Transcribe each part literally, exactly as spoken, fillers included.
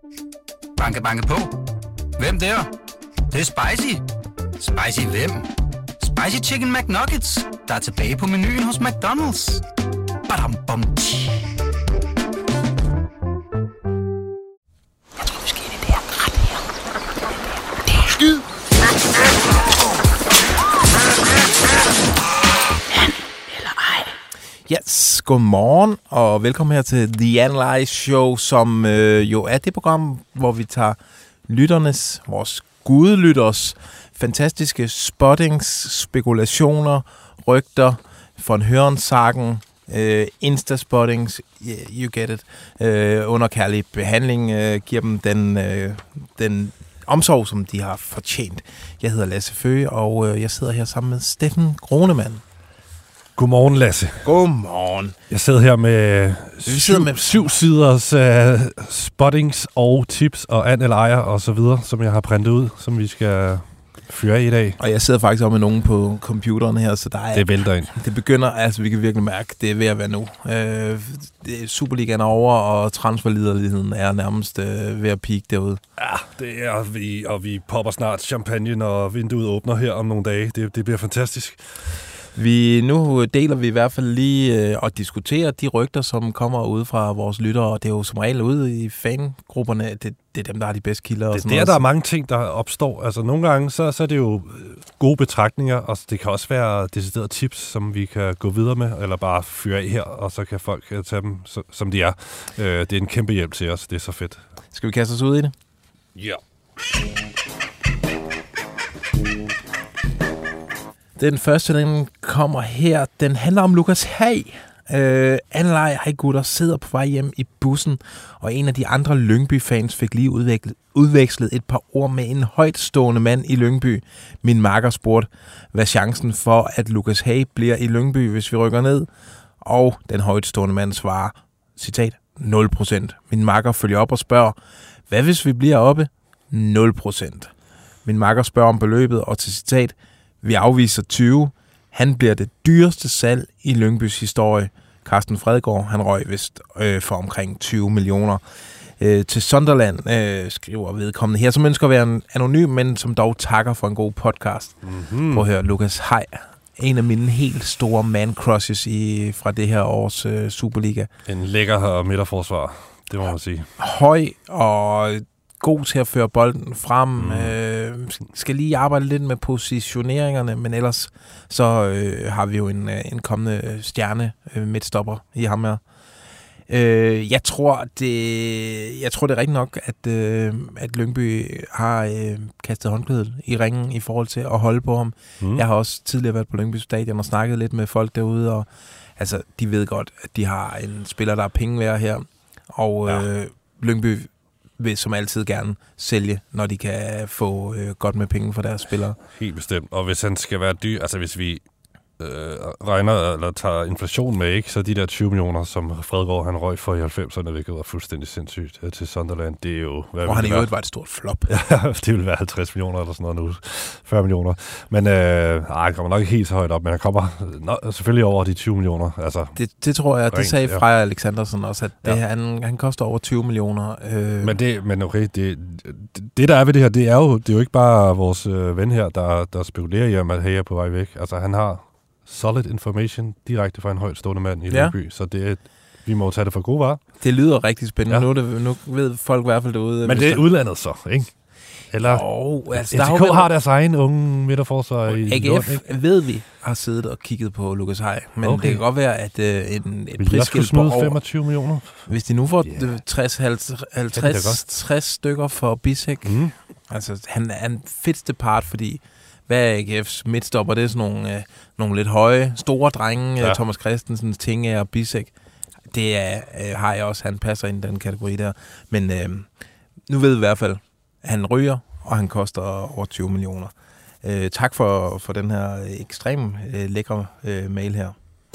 Banke, banke på. Hvem der? Det, det er spicy. Spicy hvem? Spicy Chicken McNuggets, der er tilbage på menuen hos McDonald's. Badum, bom, tji. Jeg tror, vi skal ind i det her ret her. Det er skyd. Han eller ej. Yes, godmorgen og velkommen her til The Analyze Show, som øh, jo er det program, hvor vi tager lytternes, vores gudelytters, fantastiske spottings, spekulationer, rygter, von Hørensagen, øh, Insta-spottings, yeah, you get it, øh, under kærlig behandling, øh, giver dem den, øh, den omsorg, som de har fortjent. Jeg hedder Lasse Føge, og øh, jeg sidder her sammen med Steffen Gronemann. Godmorgen, Lasse. Godmorgen. Jeg sidder her med, sidder syv, med syv siders uh, spottings og tips og an eller ejer og så videre, som jeg har printet ud, som vi skal fyre af i dag. Og jeg sidder faktisk også med nogen på computeren her, så der er... Det vælter ind. Det begynder, altså vi kan virkelig mærke, det er ved at være nu. Øh, det, Superligaen er over, og transferliderligheden er nærmest øh, ved at peak derude. Ja, det er vi, og vi popper snart champagne, når vinduet åbner her om nogle dage. Det, det bliver fantastisk. Vi, nu deler vi i hvert fald lige øh, og diskuterer de rygter, som kommer ud fra vores lyttere, og det er jo som regel ude i fangrupperne, det, det er dem, der har de bedste kilder. Det er der, der er mange ting, der opstår. Altså nogle gange, så, så er det jo gode betragtninger, og det kan også være deciderede tips, som vi kan gå videre med, eller bare fyre af her, og så kan folk tage dem, så, som de er. Øh, det er en kæmpe hjælp til os, det er så fedt. Skal vi kaste os ud i det? Ja. Den første, den kommer her. Den handler om Lukas Haig. Øh, Anleje, hej gutter, sidder på vej hjem i bussen, og en af de andre Lyngby-fans fik lige udvekslet, udvekslet et par ord med en højtstående mand i Lyngby. Min makker spurgte, hvad er chancen for, at Lukas Haig bliver i Lyngby, hvis vi rykker ned? Og den højtstående mand svarer, citat, nul procent. Min makker følger op og spørger, hvad hvis vi bliver oppe? nul procent. Min makker spørger om beløbet, og til citat, vi afviser tyve. Han bliver det dyreste salg i Lyngbys historie. Carsten Fredgaard, han røg vist øh, for omkring tyve millioner. Øh, til Sunderland øh, skriver vedkommende her, som ønsker at være anonym, men som dog takker for en god podcast. Mm-hmm. Prøv at høre, Lukas Haig, en af mine helt store man-crushes i, fra det her års øh, Superliga. En lækker midterforsvar, det må man sige. Høj og god til at føre bolden frem, mm. øh, skal lige arbejde lidt med positioneringerne, men ellers så øh, har vi jo en, en kommende stjerne øh, midtstopper i ham her. Øh, jeg tror det, jeg tror det er rigtigt nok, at øh, at Lyngby har øh, kastet håndklædet i ringen i forhold til at holde på ham. Mm. Jeg har også tidligere været på Lyngby Stadion og snakket lidt med folk derude, og altså de ved godt, at de har en spiller, der er penge værd her, og øh, ja. Lyngby vil som altid gerne sælge, når de kan få øh, godt med penge for deres spillere. Helt bestemt. Og hvis han skal være dyr, altså hvis vi øh, regner eller tager inflation med, ikke, så de der tyve millioner, som Fredgaard han røg for i halvfemserne, hvilket var fuldstændig sindssygt øh, til Sunderland, det er jo... Hvad og han i øvrigt var et stort flop. Ja, det ville være halvtreds millioner eller sådan noget nu. fyrre millioner. Men øh, ej, han kommer nok ikke helt så højt op, men han kommer nå, selvfølgelig over de tyve millioner. Altså, det, det tror jeg, rent, det sagde Freja ja. Alexandersen også, at det, ja. han, han koster over tyve millioner. Øh. Men, det, men okay, det, det der er ved det her, det er jo, det er jo ikke bare vores øh, ven her, der, der spekulerer i, at Haig er på vej væk. Altså han har solid information direkte fra en højtstående mand i Lyngby, ja. Så det er, vi må tage det for gode varer. Det lyder rigtig spændende. Ja. Nu, det, nu ved folk i hvert fald derude. Men det er udlandet så, ikke? Eller oh, altså, F C K har, har deres egen unge midterforsvar i A G F, Lund, ved vi, har siddet og kigget på Lukas Haig. Men okay. Det kan godt være, at øh, en, et prisskilt på over femogtyve millioner. Hvis de nu får yeah. tres halvtreds tres stykker for Bisek, mm. altså han er en fedste part, fordi hvad er A G F's midtstopper? Det er sådan nogle, øh, nogle lidt høje, store drenge, ja. Thomas Christensen, Tinge og Bisek. Det er, øh, har jeg også, han passer ind i den kategori der. Men øh, nu ved vi i hvert fald, at han ryger, og han koster over tyve millioner. Øh, tak for, for den her ekstrem øh, lækre øh, mail her.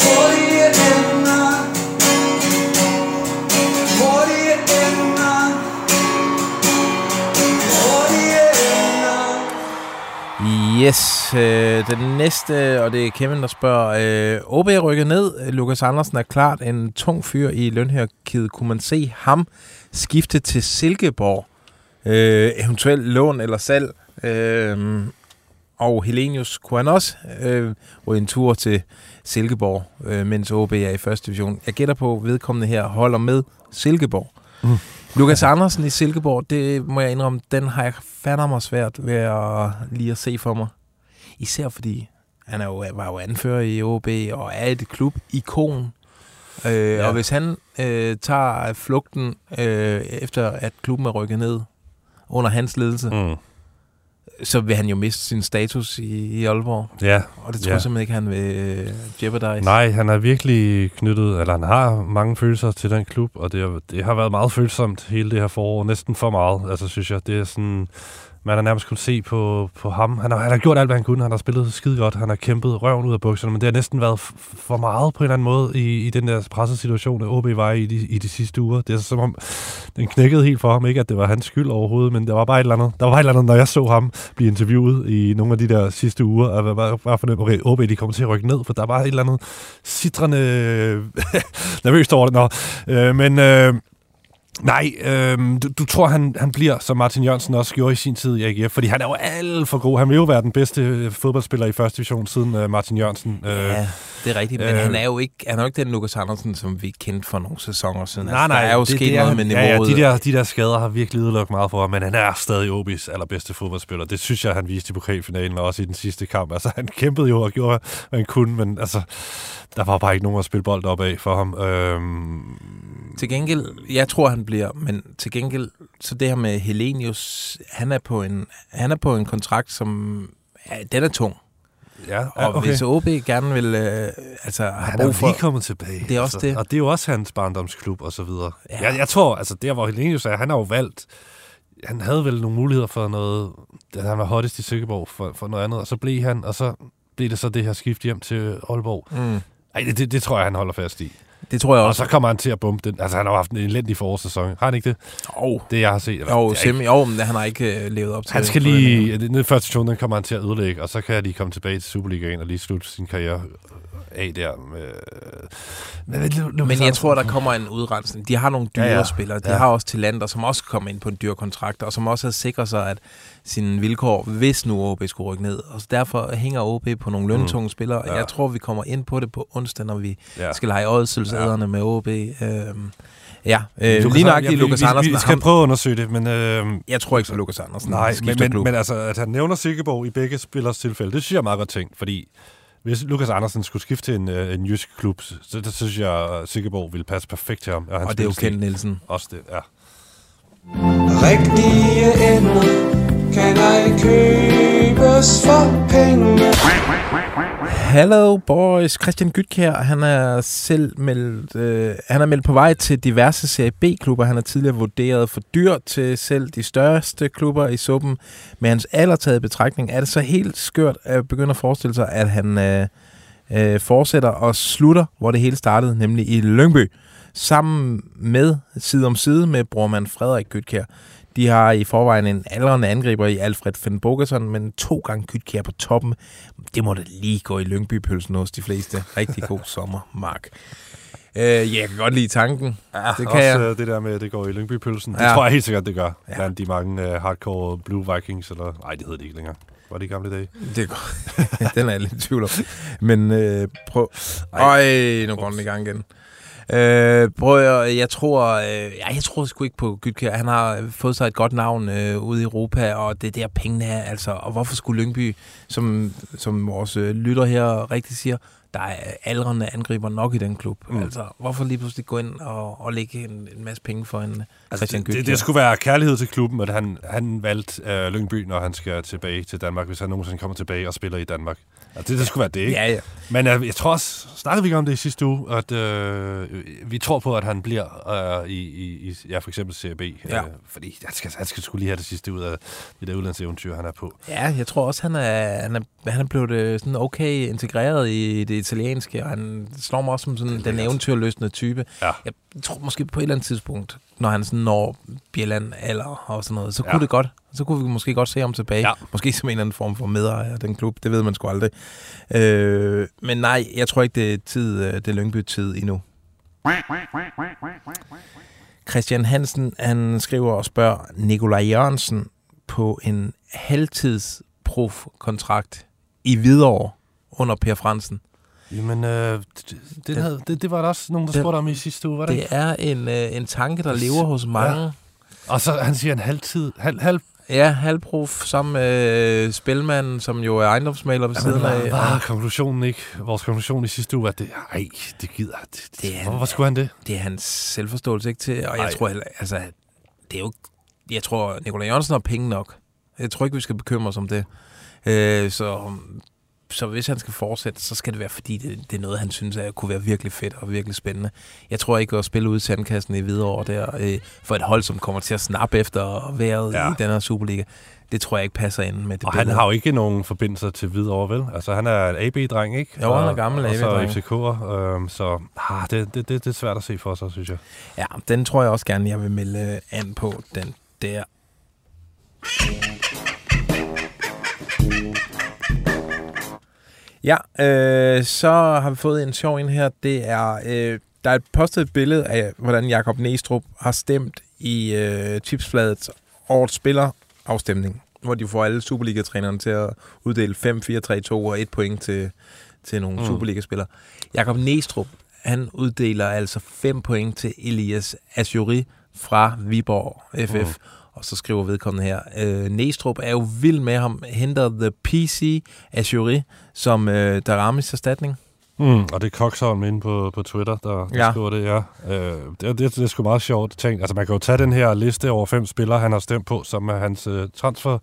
Yes, øh, den næste, og det er Kevin, der spørger, øh, O B er rykket ned, Lukas Andersen er klart en tung fyr i lønhierarkiet, kunne man se ham skifte til Silkeborg. Øh, eventuelt lån eller salg. Øh, og Helenius kunne han også øh, ryge en tur til Silkeborg, øh, mens O B er i første division. Jeg gætter på, at vedkommende her holder med Silkeborg. Mm. Lukas Andersen i Silkeborg, det må jeg indrømme, den har jeg fandme svært ved at lige at se for mig. Især fordi han er jo, var jo anfører i O B og er et klub-ikon. Øh, ja. Og hvis han øh, tager flugten øh, efter at klubben er rykket ned under hans ledelse, mm. så vil han jo miste sin status i, i Aalborg. Ja. Og det tror ja. jeg simpelthen ikke, han vil øh, jeopardize. Nej, han er virkelig knyttet, eller han har mange følelser til den klub, og det, er, det har været meget følsomt hele det her forår. Næsten for meget, altså synes jeg. Det er sådan, man har nærmest kunne se på, på ham. Han har, han har gjort alt, hvad han kunne. Han har spillet skide godt. Han har kæmpet røven ud af bukserne, men det har næsten været f- for meget på en eller anden måde i, i den der pressesituation, at O B var i de, i de sidste uger. Det er som om, den knækkede helt for ham. Ikke at det var hans skyld overhovedet, men der var bare et eller andet. Der var et eller andet, når jeg så ham blive interviewet i nogle af de der sidste uger, og jeg var bare fornemt, okay, O B de kommer til at rykke ned, for der var et eller andet sitrende nervøst over det. Nå. Øh, men... Øh, Nej, øh, du, du tror, han, han bliver, som Martin Jørgensen også gjorde i sin tid i A G F, fordi han er jo alt for god. Han vil jo være den bedste fodboldspiller i første division siden uh, Martin Jørgensen. Ja, det er rigtigt, men øh, han er jo ikke, han er jo ikke den Lukas Andersen, som vi kendte for nogle sæsoner siden. Nej, nej, der er jo det, sket det er, noget med niveauet. Ja, ja, de der, de der skader har virkelig udelukket meget for ham, men han er stadig O B's allerbedste fodboldspiller. Det synes jeg, han viste i pokalfinalen og også i den sidste kamp. Altså, han kæmpede jo og gjorde, hvad han kunne, men altså, der var bare ikke nogen at spille bold op af for ham. Øhm, Til gengæld, jeg tror, han bliver, men til gengæld, så det her med Helenius, han er på en, han er på en kontrakt, som, ja, den er tung. Ja, og okay. Hvis O B gerne vil, øh, altså, have brug for... Han er lige kommet tilbage. Det er også altså, det. Og det er jo også hans barndomsklub, og så videre. Ja. Jeg, jeg tror, altså, der hvor Helenius er, han har jo valgt, han havde vel nogle muligheder for noget, da han var hottest i Silkeborg, for, for noget andet, og så blev han, og så blev det så det her skift hjem til Aalborg. Mm. Ej, det, det, det tror jeg, han holder fast i. Det tror jeg også. Og så kommer han til at bombe den. Altså, han har haft en elendig forårssæson. Har han ikke det? Oh. Det, jeg har set. Eller, jo, semi, jo, men han har ikke uh, levet op til han skal lige... Nede i første division, den kommer han til at ødelægge, og så kan jeg lige komme tilbage til Superligaen og lige slutte sin karriere af der. Med, men, men, men jeg tror, der kommer en udrensning. De har nogle dyre ja, ja. spillere. De ja. har også talenter, som også kommer ind på en dyr kontrakt, og som også har sikret sig, at sine vilkår, hvis nu O B skulle rykke ned. Og så derfor hænger O B på nogle løntunge mm. spillere. Ja. Jeg tror, vi kommer ind på det på onsdag, når vi ja. skal lege ådselsæderne ja. med O B. Øhm, ja, øh, lige nok i Lukas Andersen. Vi skal prøve at undersøge det, men... Øh, jeg tror ikke så Lukas Andersen. Nej, men, men, men altså, at han nævner Silkeborg i begge spillers tilfælde, det synes jeg er meget godt tænkt, fordi hvis Lukas Andersen skulle skifte til en, en jysk klub, så, så, så synes jeg, at Silkeborg ville passe perfekt til ham. Og, og det er jo Kent Nielsen. Også det, ja. Rigtige ender kan ej købes for penge. Hello boys, Christian Gytkjær, han er selv meldt, øh, han er meldt på vej til diverse Serie B-klubber. Han er tidligere vurderet for dyr til selv de største klubber i suppen. Med hans aldertaget betragtning er det så helt skørt at begynde at forestille sig, at han øh, øh, fortsætter og slutter, hvor det hele startede, nemlig i Lyngby. Sammen med, side om side med brormand Frederik Gytkjær. De har i forvejen en aldrende angriber i Alfred Finn Bogerson, men to gange Gytkjær på toppen. Det må da lige gå i Lyngby-pølsen hos de fleste. Rigtig god sommer, Mark. Øh, ja, jeg kan godt lide tanken. Ja, det kan også jeg. Det der med, at det går i Lyngby-pølsen. Det ja. tror jeg helt sikkert, det gør. Ja. Blandt de mange uh, hardcore Blue Vikings, eller... Nej, det hedder det ikke længere. Var det i gamle dage? Det går. Den er jeg lidt i tvivl om. Men øh, prøv... Øj, nu går den i gang igen. Øh, prøv, jeg, jeg tror, øh, ja, jeg tror sgu ikke på Gytkjær. Han har fået sig et godt navn øh, ude i Europa, og det er der pengene er, altså. Og hvorfor skulle Lyngby, som, som vores øh, lytter her rigtig siger, der er aldrende angriber nok i den klub. Mm. Altså, hvorfor lige pludselig gå ind og, og lægge en, en masse penge for en altså, Christian Gytkjær? Det, det skulle være kærlighed til klubben, at han, han valgte øh, Lyngby, når han skal tilbage til Danmark, hvis han nogensinde kommer tilbage og spiller i Danmark. Altså, det, det skulle være det, ikke? Ja, ja. Men øh, jeg tror også, snakkede vi ikke om det i sidste uge, at øh, vi tror på, at han bliver øh, i, i, ja, for eksempel Serie B. Ja. Øh, fordi han skal, han skal sgu lige have det sidste ud af det der udlandseventyr, han er på. Ja, jeg tror også, han er, han er, han er blevet sådan okay integreret i det italienske, og han slår mig også som sådan den eventyrløsende type. Ja. Jeg tror måske på et eller andet tidspunkt, når han sådan når Bjelland alder og sådan noget, så kunne ja. det godt. Så kunne vi måske godt se ham tilbage. Ja. Måske som en eller anden form for medejer af den klub. Det ved man sgu aldrig. Øh, men nej, jeg tror ikke, det er tid, det er Lyngby-tid endnu. Christian Hansen, han skriver og spørger Nikolaj Jørgensen på en halvtidsprof-kontrakt i Hvidovre under Per Fransen. Jamen, øh, det, det, havde, det, det var der også nogen, der spurgte om i sidste uge, var det Det ikke? er en, øh, en tanke, der lever hos mange. Ja. Og så han siger en halvtid, halv, halv Ja, halvprof sammen med øh, spilmanden, som jo er ejendomsmaler ved siden af. Jamen, var konklusionen ikke? Vores konklusion i sidste uge, at det, ej, det gider. Det, det, det hvorfor skulle han det? Det er hans selvforståelse ikke til, og Ej. jeg tror heller, altså, det er jo, jeg tror, Nikolaj Jørgensen har penge nok. Jeg tror ikke, vi skal bekymre os om det. Øh, så, så hvis han skal fortsætte, så skal det være, fordi det, det er noget, han synes, at kunne være virkelig fedt og virkelig spændende. Jeg tror ikke at spille ud i sandkassen i Hvidovre der, øh, for et hold, som kommer til at snappe efter vejret ja. i den her Superliga. Det tror jeg ikke passer ind med det Og billede. han har jo ikke nogen forbindelser til Hvidovre, vel? Altså, han er en A B-dreng, ikke? Jo, han er gammel A B-dreng. Og så F C K'er, øh, så ah, det, det, det, det er svært at se for sig, synes jeg. Ja, den tror jeg også gerne, jeg vil melde an på, den der. Ja, øh, så har vi fået en sjov ind her. Det er, øh, der er et postet billede af, hvordan Jakob Næstrup har stemt i øh, Tipsbladets årets spillerafstemning, hvor de får alle Superliga-trænerne til at uddele fem, fire, tre, to og et point til, til nogle mm. Superliga-spillere. Jakob Næstrup, han uddeler altså fem point til Elias Azuri fra Viborg F F. Mm. Og så skriver vedkommende her, øh, Næstrup er jo vild med ham, henter The P C Azuri som øh, Daramis erstatning. Mm, og det er Coxholm inde på, på Twitter, der, der ja. skriver det, ja. Øh, det, det, det er sgu meget sjovt tænkt. Altså, man kan jo tage den her liste over fem spillere, han har stemt på, som er hans øh, transfer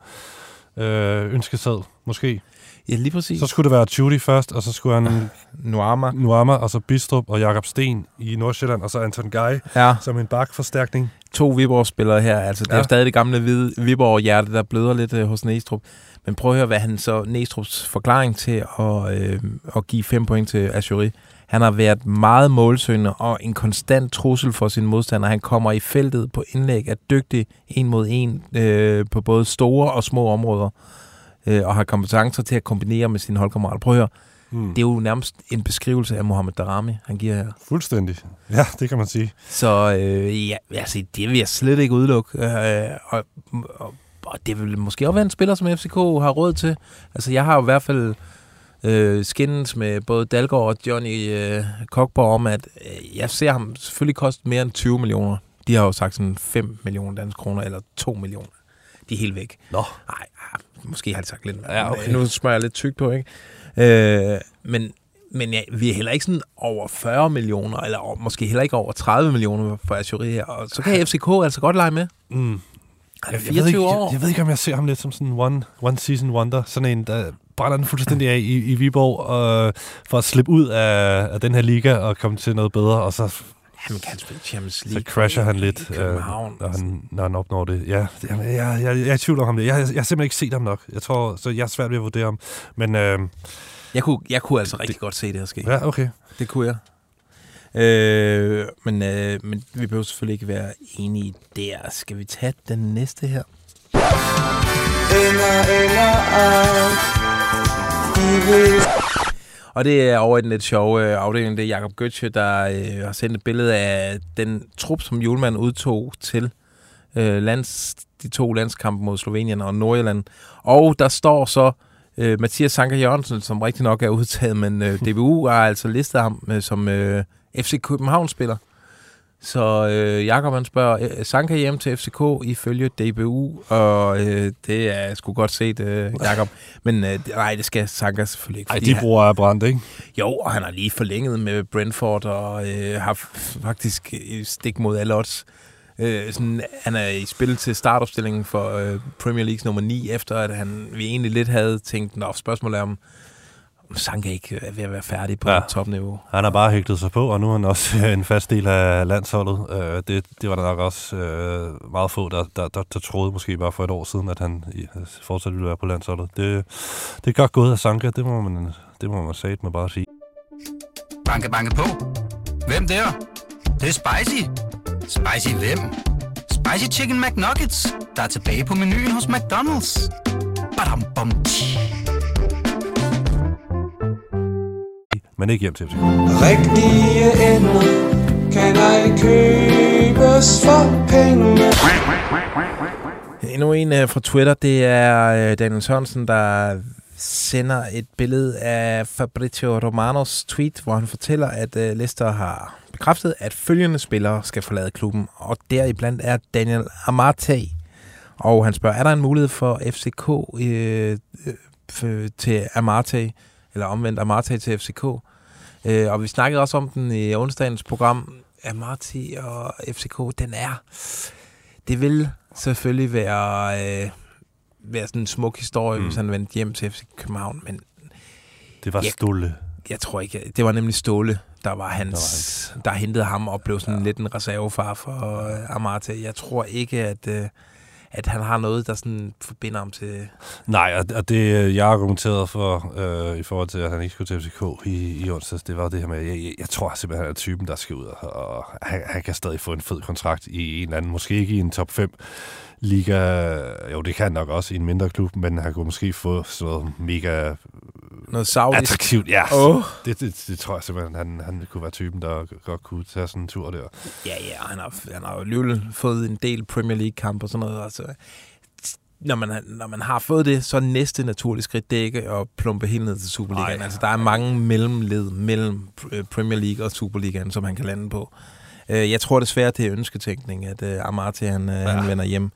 øh, ønskeseddel, måske. Ja, lige præcis. Så skulle det være Tjudy først, og så skulle han Nuama, Nuama og så Bistrup og Jakob Sten i Nordsjælland, og så Anton Guy ja. som en bakforstærkning. To Viborg-spillere her. Altså, det ja. er jo stadig det gamle Viborg-hjerte, der bløder lidt øh, hos Næstrup. Men prøv at høre, hvad han så Næstrups forklaring til at, øh, at give fem point til Azuri. Han har været meget målsøgende og en konstant trussel for sin modstander. Han kommer i feltet på indlæg, er dygtig en mod en øh, på både store og små områder, øh, og har kompetencer til at kombinere med sine holdkammerater. Prøv at høre, hmm. det er jo nærmest en beskrivelse af Mohamed Darami, han giver her. Fuldstændig. Ja, det kan man sige. Så øh, ja, altså, det vil jeg slet ikke udelukke. Øh, og, og, og det vil måske også være en spiller, som F C K har råd til. Altså, jeg har jo i hvert fald øh, skændes med både Dalgaard og Johnny øh, Kokborg om, at øh, jeg ser ham selvfølgelig koste mere end tyve millioner. De har jo sagt sådan fem millioner danske kroner, eller to millioner. De er helt væk. Nå. Nej, måske har de sagt lidt mere. Ja, okay. Nu smører jeg lidt tyk på, ikke? Øh, men men ja, vi er heller ikke sådan over fyrre millioner, eller over, måske heller ikke over tredive millioner for Azuri her. Og så kan F C K altså godt lege med. Mm. Han er jeg, jeg, ved ikke, år. jeg, jeg ved ikke, om jeg ser ham lidt som sådan en one, one season wonder. Sådan en, der brænder den fuldstændig af i, i Viborg, og for at slippe ud af, af den her liga og komme til noget bedre, og så... Han kan spille Champions League. Så crasher han lidt, øh, når, han, når han opnår det. Ja, jeg, jeg, jeg, jeg er i tvivl om det. Jeg, jeg, jeg har simpelthen ikke set ham nok. Jeg tror, så jeg er svært ved at vurdere ham. Men... Øh, Jeg kunne, jeg kunne altså rigtig det, godt se det her ske. Ja, okay. Det kunne jeg. Øh, men, øh, men vi behøver selvfølgelig ikke være enige der. Skal vi tage den næste her? Eller, eller, ej. De vil... Og det er over i den lidt sjove afdeling. Det er Jakob Götze, der øh, har sendt et billede af den trup, som Hjulmand udtog til øh, lands, de to landskampe mod Slovenien og Nordjylland. Og der står så Uh, Mathias Sanka Jørgensen, som rigtig nok er udtaget, men uh, D B U har altså listet ham uh, som uh, F C København-spiller. Så uh, Jakob han spørger, uh, Sanka hjem til F C K ifølge D B U, og uh, det er sgu godt set, uh, Jakob. Men uh, nej, det skal Sanka selvfølgelig ikke. Nej, de bruger er brændt, ikke? Jo, og han har lige forlænget med Brentford, og uh, har faktisk stik mod alle odds. Øh, sådan, han er i spil til startopstillingen for øh, Premier League nummer ni, efter at han, vi egentlig lidt havde tænkt, nå, spørgsmålet er om, om Sanka ikke er ved at være færdig på ja. topniveau. Han har bare hægtet sig på, og nu er han også en fast del af landsholdet. Øh, det, det var der nok også øh, meget få, der, der, der, der troede måske bare for et år siden, at han fortsat ville være på landsholdet. Det, det er godt gået af Sanka, det må man, det må man sagt med bare sige. Banke, banke på. Hvem der? Det, det er spicy. Spicy hvem? Spicy Chicken McNuggets, der er tilbage på menuen hos McDonald's. Badum, bom, Men ikke hjem til F C K. Rigtige ender kan ej købes os for penge. Endnu en uh, fra Twitter, det er uh, Daniel Sørensen, der sender et billede af Fabrizio Romanos tweet, hvor han fortæller, at uh, Leicester har bekræftet, at følgende spillere skal forlade klubben, og deriblandt er Daniel Amartey. Og han spørger, er der en mulighed for F C K øh, øh, til Amartey, eller omvendt Amartey til F C K? Øh, og vi snakkede også om den i onsdagens program. Amartey og F C K, den er... Det vil selvfølgelig være, øh, være sådan en smuk historie, mm. hvis han vendte hjem til F C København, men... Det var Ståle. Jeg tror ikke... Det var nemlig Ståle, der var hans... Der, var der hentede ham og blev sådan ja. lidt en reservefar for øh, Amartey. Jeg tror ikke, at... Øh, at han har noget, der sådan forbinder ham til... Nej, og det jeg argumenterede for, øh, i forhold til, at han ikke skulle til F C K i, i onsdags, det var det her med, jeg, jeg, jeg tror simpelthen, han er typen, der skal ud, og, og han, han kan stadig få en fed kontrakt i en eller anden, måske ikke i en top fem liga, jo det kan han nok også i en mindre klub, men han kunne måske få sådan noget mega... Noget saudisk. Attraktivt, ja. Oh. Det, det, det tror jeg simpelthen, han, han kunne være typen, der godt kunne tage sådan en tur der. Ja, ja, han har, han har jo alligevel fået en del Premier League-kampe og sådan noget. Altså, når, man, når man har fået det, så er næste naturlige skridt, det ikke at plumpe helt ned til Superligaen. Altså, der er mange mellemled mellem Premier League og Superligaen, som han kan lande på. Jeg tror desværre, det er ønsketænkning, at Amartey, han, ja. han vender hjem.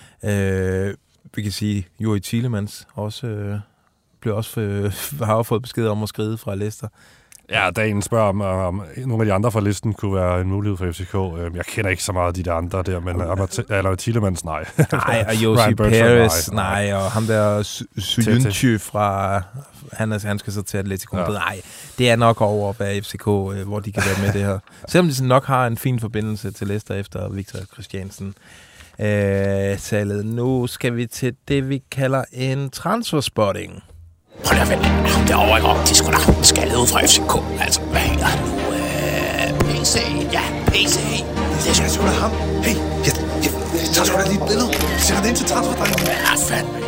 Vi kan sige, Juri Tielemans også... blev også øh, har jo fået besked om at skride fra Leicester. Ja, dagen spørger om, om nogle af de andre fra listen kunne være en mulighed for F C K. Jeg kender ikke så meget af de der andre der, men eller Tielemans, nej. Nej, og Josie Perez, nej, nej, og ham der Suyuncu fra, han, er, han skal så til Atletico. Ja. Nej, det er nok over at være F C K, hvor de kan være med det her. Selvom de nok har en fin forbindelse til Leicester efter Victor Christiansen. Øh, salget. Nu skal vi til det, vi kalder en transferspotting. Prøv lige at vente. Derovre ikke om, de skulle da skaldet ud fra F C K. Altså, hvad hedder han nu? Øh, P C. Ja, P C. Det skal sgu da ham. Hey, jeg, jeg, jeg tager sgu da lige et billede. Sætter det ind til transferdrengen. Ja, fandme.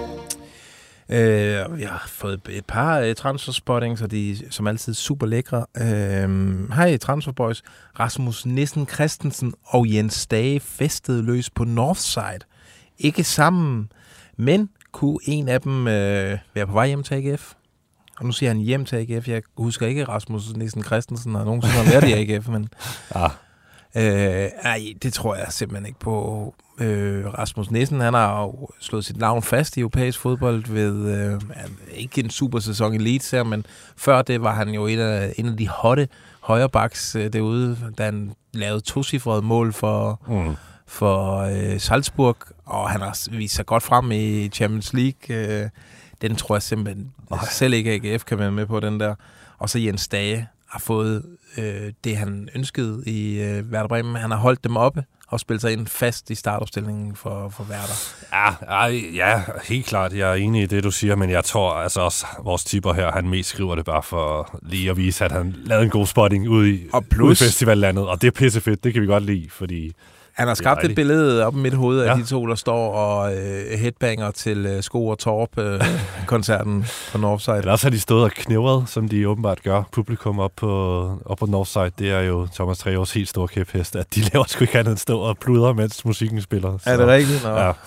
Øh, vi har fået et par uh, transferspottings, og de er som altid super lækre. Øh, hej Transferboys. Rasmus Nissen Christensen og Jens Stage festede løs på Northside. Ikke sammen, men kunne en af dem øh, være på vej hjem til A G F? Og nu siger han hjem til A G F. Jeg husker ikke, Rasmus Nissen Christensen har nogensinde har været i A G F, men... Ah. Øh, ej, det tror jeg simpelthen ikke på. Øh, Rasmus Nissen, han har jo slået sit navn fast i europæisk fodbold ved... Øh, ikke en super sæson i Leeds her, men før det var han jo en af, en af de hotte højrebacks øh, derude, da han lavede tocifrede mål for... Mm. for øh, Salzburg, og han har vist sig godt frem i Champions League. Øh, den tror jeg simpelthen oh. selv ikke A G F kan være med på, den der. Og så Jens Stage har fået øh, det, han ønskede i øh, Werder Bremen. Han har holdt dem oppe og spillet sig ind fast i startopstillingen for, for Werder. Ja, ja, helt klart. Jeg er enig i det, du siger, men jeg tror altså også, vores tipper her, han mest skriver det bare for lige at vise, at han lavede en god spotting ude i, og plus, ude i festivallandet. Og det er pissefedt, det kan vi godt lide, fordi... Han har skabt et billede op i mit hoved af ja. de to, der står og øh, headbanger til øh, Sko og Torp-koncerten øh, på Northside. Eller også har de stået og knævret, som de åbenbart gør, publikum op på, op på Northside. Det er jo Thomas Treårs helt store kæphest, at de laver sgu ikke andet end stå og pludre, mens musikken spiller. Så. Er det rigtigt? Nå, ja.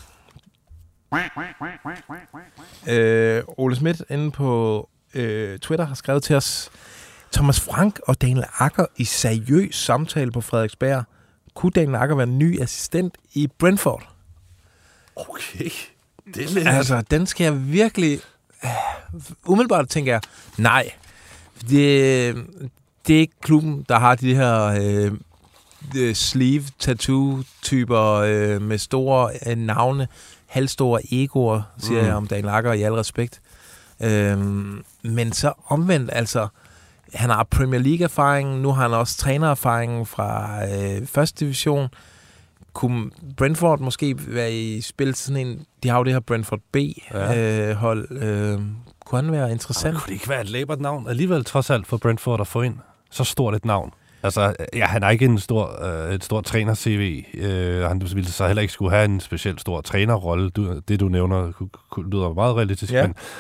ja. Øh, Ole Schmidt inde på øh, Twitter har skrevet til os, Thomas Frank og Daniel Akker i seriøs samtale på Frederiksberg. Kunne Daniel Akker være ny assistent i Brentford? Okay. Det er lidt... Altså, den skal jeg virkelig... Uh, umiddelbart tænker jeg, nej. Det, det er ikke klubben, der har de her uh, sleeve-tattoo-typer uh, med store uh, navne, halvstore egoer, siger mm. jeg om Daniel Akker, i al respekt. Uh, men så omvendt, altså... Han har Premier League-erfaring, nu har han også trænererfaringen fra øh, første division. Kunne Brentford måske være i spil sådan en... De har jo det her Brentford B-hold. Ja. Øh, kunne han være interessant? Kunne det ikke være et læbert navn? Alligevel trods alt for Brentford at få ind så stort et navn. Altså, ja, han er ikke en stor, øh, et stort træner-C V. Øh, han ville så heller ikke skulle have en specielt stor trænerrolle. Du, det, du nævner, lyder meget realistisk, ja. Men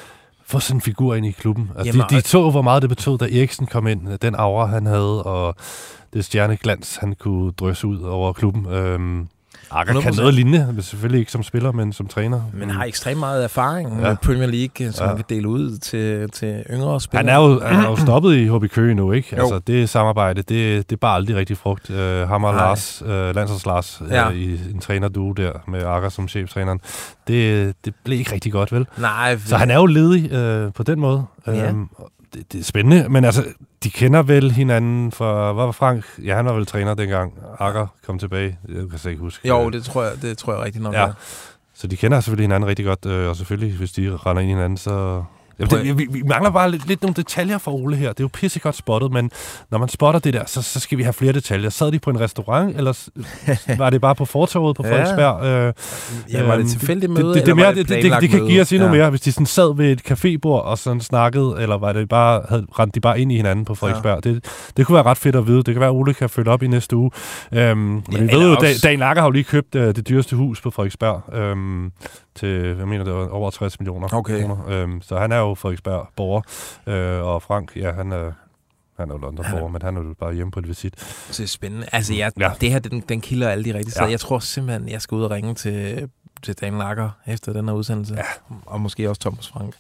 få sådan en figur ind i klubben. Altså, Jamen, de, de så, hvor meget det betød, da Eriksen kom ind. Den aura, han havde, og det stjerneglans, han kunne drysse ud over klubben. Øhm, Akker kan noget lignende, men selvfølgelig ikke som spiller, men som træner. Men har ekstremt meget erfaring Ja. med Premier League, som Ja. man kan dele ud til, til yngre spillere. Han er jo, han er jo stoppet i H B Køge nu, ikke? Jo. Altså, det samarbejde, det, det er bare aldrig rigtig frugt. Uh, ham og Nej. Lars, uh, Landsholds Lars, Ja. uh, i en trænerduo der, med Akker som cheftræneren, det, det blev ikke rigtig godt, vel? Nej, Så han er jo ledig uh, på den måde. Ja. Um, det, det er spændende, men altså, de kender vel hinanden for... Hvad var Frank? Ja, han var vel træner dengang. Akker kom tilbage. Jeg kan slet ikke huske. Jo, det tror jeg, det tror jeg rigtig nok. Ja. er. Så de kender selvfølgelig hinanden rigtig godt, øh, og selvfølgelig, hvis de render ind i hinanden, så... Jamen, det, vi, vi mangler bare lidt, lidt nogle detaljer fra Ole her. Det er jo pissegodt spottet, men når man spotter det der, så, så skal vi have flere detaljer. Sad de på en restaurant, eller s- var det bare på fortorvet på Ja. Frederiksberg? Øh, Ja, var det øhm, et tilfældigt det, møde, det, det, eller mere, var det, det det, det, det kan planlagt give os endnu møde? mere, hvis de sådan sad ved et cafébord og sådan snakkede, eller var det bare, havde, rendte de bare ind i hinanden på Frederiksberg. Ja. Det, det kunne være ret fedt at vide. Det kan være, at Ole kan følge op i næste uge. Øhm, men Ja, vi ved eller jo, også- at Dan Lager har jo lige købt øh, det dyreste hus på Frederiksberg. Øhm, til, jeg mener, det var over tres millioner Okay. kroner. Øhm, så han er jo Frederiksberg-borger. Øh, og Frank, ja, han er, han er jo London-borger, men han er jo bare hjemme på et visit. Det er spændende. Altså, jeg, Ja. det her, den, den kilder alle de rigtige steder. Ja. Jeg tror simpelthen, jeg skal ud og ringe til, til Dan Lager efter den her udsendelse. Ja. Og måske også Thomas Frank.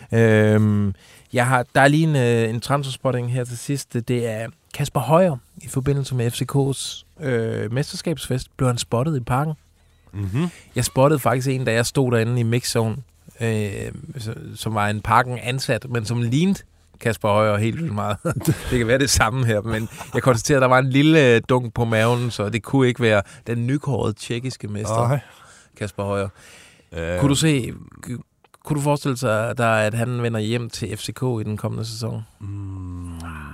Øhm, jeg har, der er lige en, øh, en transferspotting her til sidst. Det er Kasper Højer i forbindelse med F C K's øh, mesterskabsfest. Blev han spottet i parken. Mm-hmm. Jeg spottede faktisk en, da jeg stod derinde i mixzone, øh, som var en parken ansat, men som lignede Kasper Højer helt vildt meget. Det kan være det samme her, men jeg konstaterer, at der var en lille dunk på maven, så det kunne ikke være den nykårede tjekkiske mester, Okay. Kasper Højer. Øh, Kunne du se, kunne du forestille sig, der, at han vender hjem til F C K i den kommende sæson? Mm,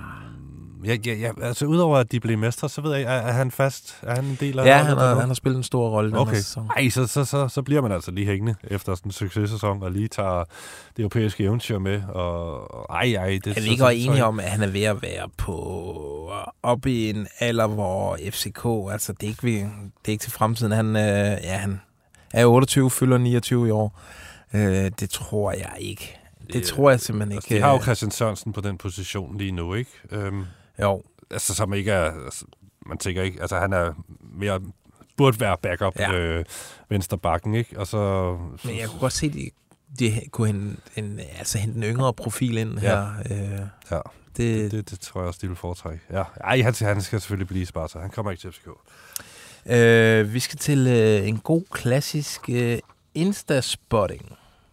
ja, ja, ja, altså udover at de blev mestre, så ved jeg ikke, er, er han fast? Er han en del af Ja, holdet han eller har, noget? han har spillet en stor rolle i den her Okay. sæson. Ej, så, så, så, så bliver man altså lige hængende efter sådan en successæson, og lige tager det europæiske eventyr med, og og ej, ej. Det, Er vi så- ikke så- også så- enige om, at han er ved at være på op i en alder, hvor F C K, altså det er ikke, det er ikke til fremtiden. Han, øh, ja, han er otteogtyve, fylder niogtyve i år. Øh, det tror jeg ikke. Det Det- tror jeg simpelthen Altså, ikke. de har jo Christian Sørensen på den position lige nu, ikke? Øhm, Jo, altså, som ikke er... Altså, man tænker ikke... Altså, han er mere... Burde være backup Ja. øh, venstre bakken, ikke? Og så... men jeg kunne godt se, at de, de kunne hente en, altså hente en yngre profil ind Ja. her. Øh, Ja, det, det, det tror jeg også, de vil foretrække. Ja. Ej, han, han skal selvfølgelig blive Sparta. Han kommer ikke til F C K. øh, vi skal til øh, en god klassisk øh, Insta-spotting.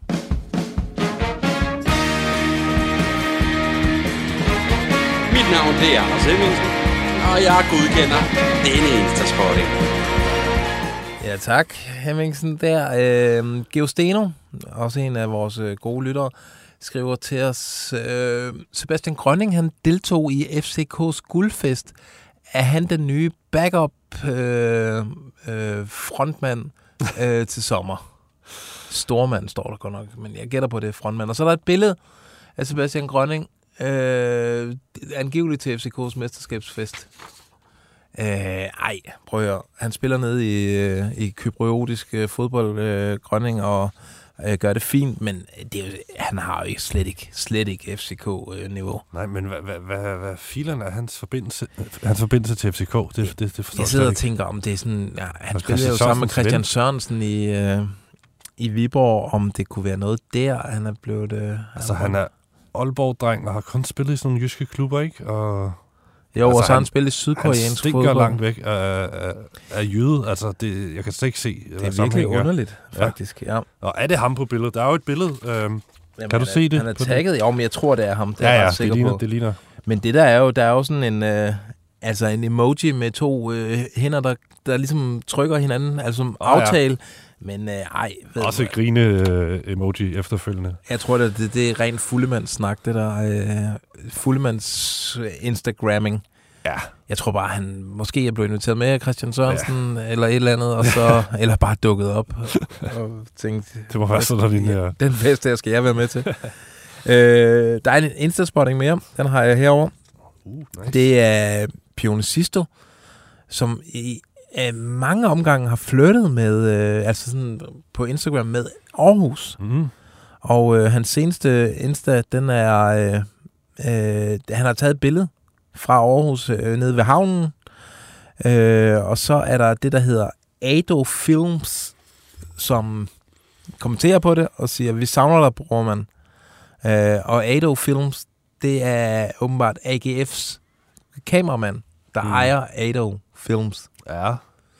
Mit navn det er Anders Hemmingsen, og jeg godkender denne Insta-spotting. Ja, tak, Hemmingsen der. Øh, Geo Steno, også en af vores øh, gode lyttere, skriver til os, øh, Sebastian Grønning, han deltog i F C K's guldfest. Er han den nye backup øh, øh, frontmand øh, til sommer? Stormand står der godt nok, men jeg gætter på det, frontmand. Og så er der et billede af Sebastian Grønning, øh, angiveligt til F C K's mesterskabsfest. Øh, ej, prøv at høre. Han spiller nede i, øh, i kypriotisk øh, fodbold, øh, Grønning, og øh, gør det fint, men det er jo, han har jo ikke, slet ikke, slet ikke F C K-niveau. Nej, men hvad, hvad, hvad, hvad filerne er hans forbindelse, hans forbindelse til F C K? Det, det, det forstår Jeg sidder slet og tænker, om det er sådan... Ja, han Og spiller jo Christian sammen med Sørensens Christian ven. Sørensen i, øh, i Viborg, om det kunne være noget der, han er blevet... Øh, Altså, han er Aalborg-dreng og har kun spillet i sådan nogle jyske klubber, ikke? Og Jo, altså, og så har han han- spillet i han sydkoreansk stikker fodbold. langt væk af, af, af jyde. Altså, det, jeg kan slet ikke se, Det hvad er virkelig sammenhængen er. underligt, Ja. faktisk. Ja. Og er det ham på billedet? Der er jo et billede. Øhm, Jamen, Kan han du er- se det Han er på den? tagget, jo, men jeg tror, det er ham. Det er ja, jeg ja, ret det sikker ligner, på. det ligner. Men det der er jo, der er jo sådan en, øh, altså en emoji med to øh, hænder, der, der ligesom trykker hinanden, altså som Åh, ja. aftale. Men øh, ej, ved Også du et grine-emoji efterfølgende. Jeg tror, det, det, det er rent fuldemands-snak, det der øh, fuldemands-instagramming. Ja. Jeg tror bare, han måske er blevet inviteret med af Christian Sørensen, ja. eller et eller andet, og så, eller bare dukket op og tænkt, Det må være sådan en her. den fest her skal jeg være med til. øh, der er en Insta-spotting mere, den har jeg herovre. Uh, nice. Det er Pione Sisto, som i øh, mange omgange har flyttet med, øh, altså sådan på Instagram med Aarhus. Mm. Og øh, hans seneste Insta, den er... Øh, øh, han har taget et billede fra Aarhus øh, nede ved havnen. Øh, og så er der det, der hedder Ado Films, som kommenterer på det og siger, vi savner dig, bror mand. Øh, og Ado Films, det er åbenbart A G F's kameramand, der mm. ejer Ado Films. Ja.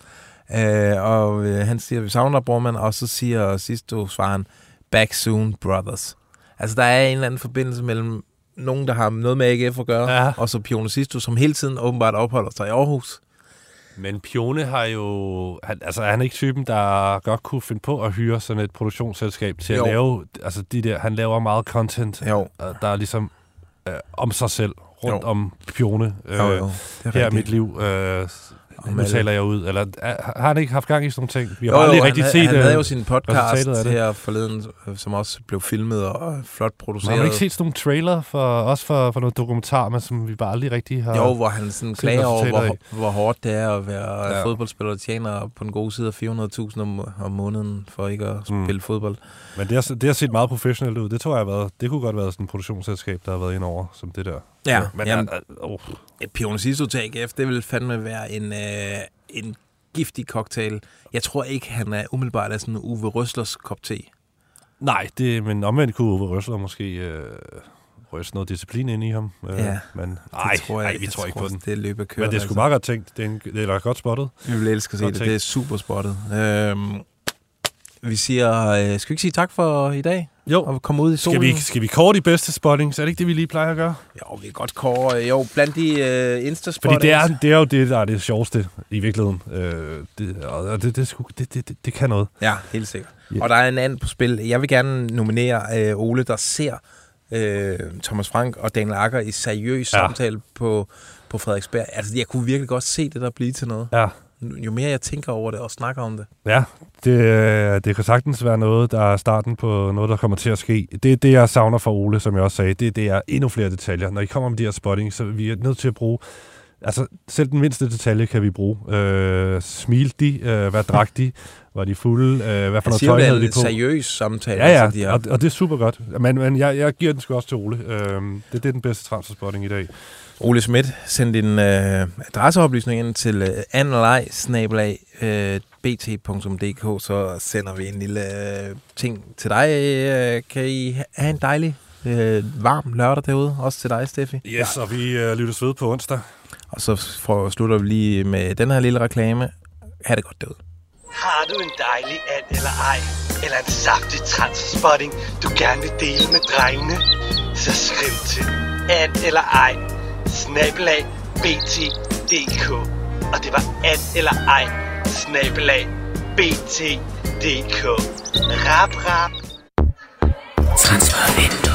Øh, og øh, han siger, vi savner dig, bror mand. Og så siger Sisto, svarer han, back soon, brothers. Altså, der er en eller anden forbindelse mellem nogen, der har noget med A G F at gøre, ja. Og så Pione Sisto, som hele tiden åbenbart opholder sig i Aarhus. Men Pione har jo... Han, altså, er han ikke typen, der godt kunne finde på at hyre sådan et produktionsselskab til jo. At lave... Altså, de der, han laver meget content, jo. Der er ligesom øh, om sig selv, rundt jo. Om Pione. Øh, jo, jo. Her er mit liv... Øh, nu taler jeg ud. Eller har han ikke haft gang i sådan nogle ting? Vi har jo, aldrig jo, rigtig han, set han havde jo sin podcast her forleden, som også blev filmet og flot produceret. Man har ikke set sådan nogle trailer, for, også for, for noget dokumentar, men som vi bare aldrig rigtig har... Jo, hvor han sådan klager over, hvor, hvor hårdt det er at være ja. Fodboldspiller, der tjener på den gode side af fire hundrede tusind om, om måneden for ikke at spille mm. fodbold. Men det har, det har set meget professionelt ud. Det tror jeg har været... Det kunne godt have været sådan et produktionsselskab, der har været ind over som det der. Ja, men jamen, oh. et Pione Sisto til A G F, det vil fandme være en... Øh, en giftig cocktail. Jeg tror ikke, han er umiddelbart af sådan en Uwe Røslers kop te. Nej, det, men omvendt kunne Uwe Røsler måske øh, ryste noget disciplin ind i ham. Øh, ja, men nej, tror jeg, vi jeg tror ikke tror, på den. Det løber kører. Men det er sgu meget godt tænkt. Det er, en, det er godt spottet. Vi vil elske at se det. Tænkt. Det er super spottet. Øhm, vi siger, øh, skal vi ikke sige tak for i dag? Jo. Og komme ud i solen. Skal vi, skal vi kåre de bedste spottings? Er det ikke det, vi lige plejer at gøre? Jo, vi kan godt kåre. Jo, blandt de øh, Insta-spottings. Fordi det er, det er jo det, der er det sjoveste i virkeligheden. Øh, det, og det, det, det, det, det, det kan noget. Ja, helt sikkert. Yeah. Og der er en anden på spil. Jeg vil gerne nominere øh, Ole, der ser øh, Thomas Frank og Daniel Agger i seriøs ja. Samtale på, på Frederiksberg. Altså, jeg kunne virkelig godt se det der blive til noget. Ja. Jo mere jeg tænker over det og snakker om det. Ja, det, det kan sagtens være noget, der er starten på noget, der kommer til at ske. Det er det, jeg savner fra Ole, som jeg også sagde. Det, det er endnu flere detaljer. Når I kommer med de her spotting, så vi er nødt til at bruge... Altså, selv den mindste detalje kan vi bruge. Øh, smilte de? Øh, hvad drak de? Var de fulde? Øh, hvad for noget tøj havde de på? Det er en seriøs samtale. Ja, ja, de og, og det er super godt. Men, men jeg, jeg giver den sgu også til Ole. Øh, det, det er den bedste transferspotting i dag. Ole Schmidt, send din øh, adresseoplysning ind til øh, analej snabel-a b t punktum d k, så sender vi en lille øh, ting til dig. Øh, kan I have en dejlig, øh, varm lørdag derude? Også til dig, Steffi. Yes, og vi øh, lyttes ved på onsdag. Og så for, slutter vi lige med den her lille reklame. Ha' det godt derude. Har du en dejlig and eller ej, eller en saftig transferspotting, du gerne vil dele med drengene? Så skriv til and eller ej snabelag b t punktum d k. Og det var and eller ej snabelag b t punktum d k. Rap, rap. Transfervindue.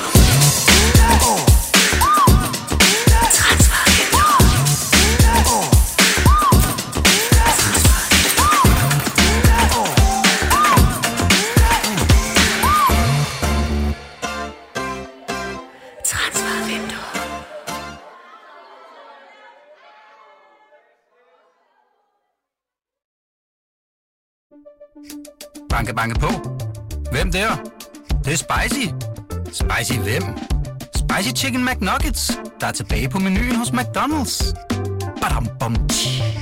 Banke, banke på. Hvem der? Det, det er spicy. Spicy hvem? Spicy Chicken McNuggets, der er tilbage på menuen hos McDonald's. Badum, bom, tji.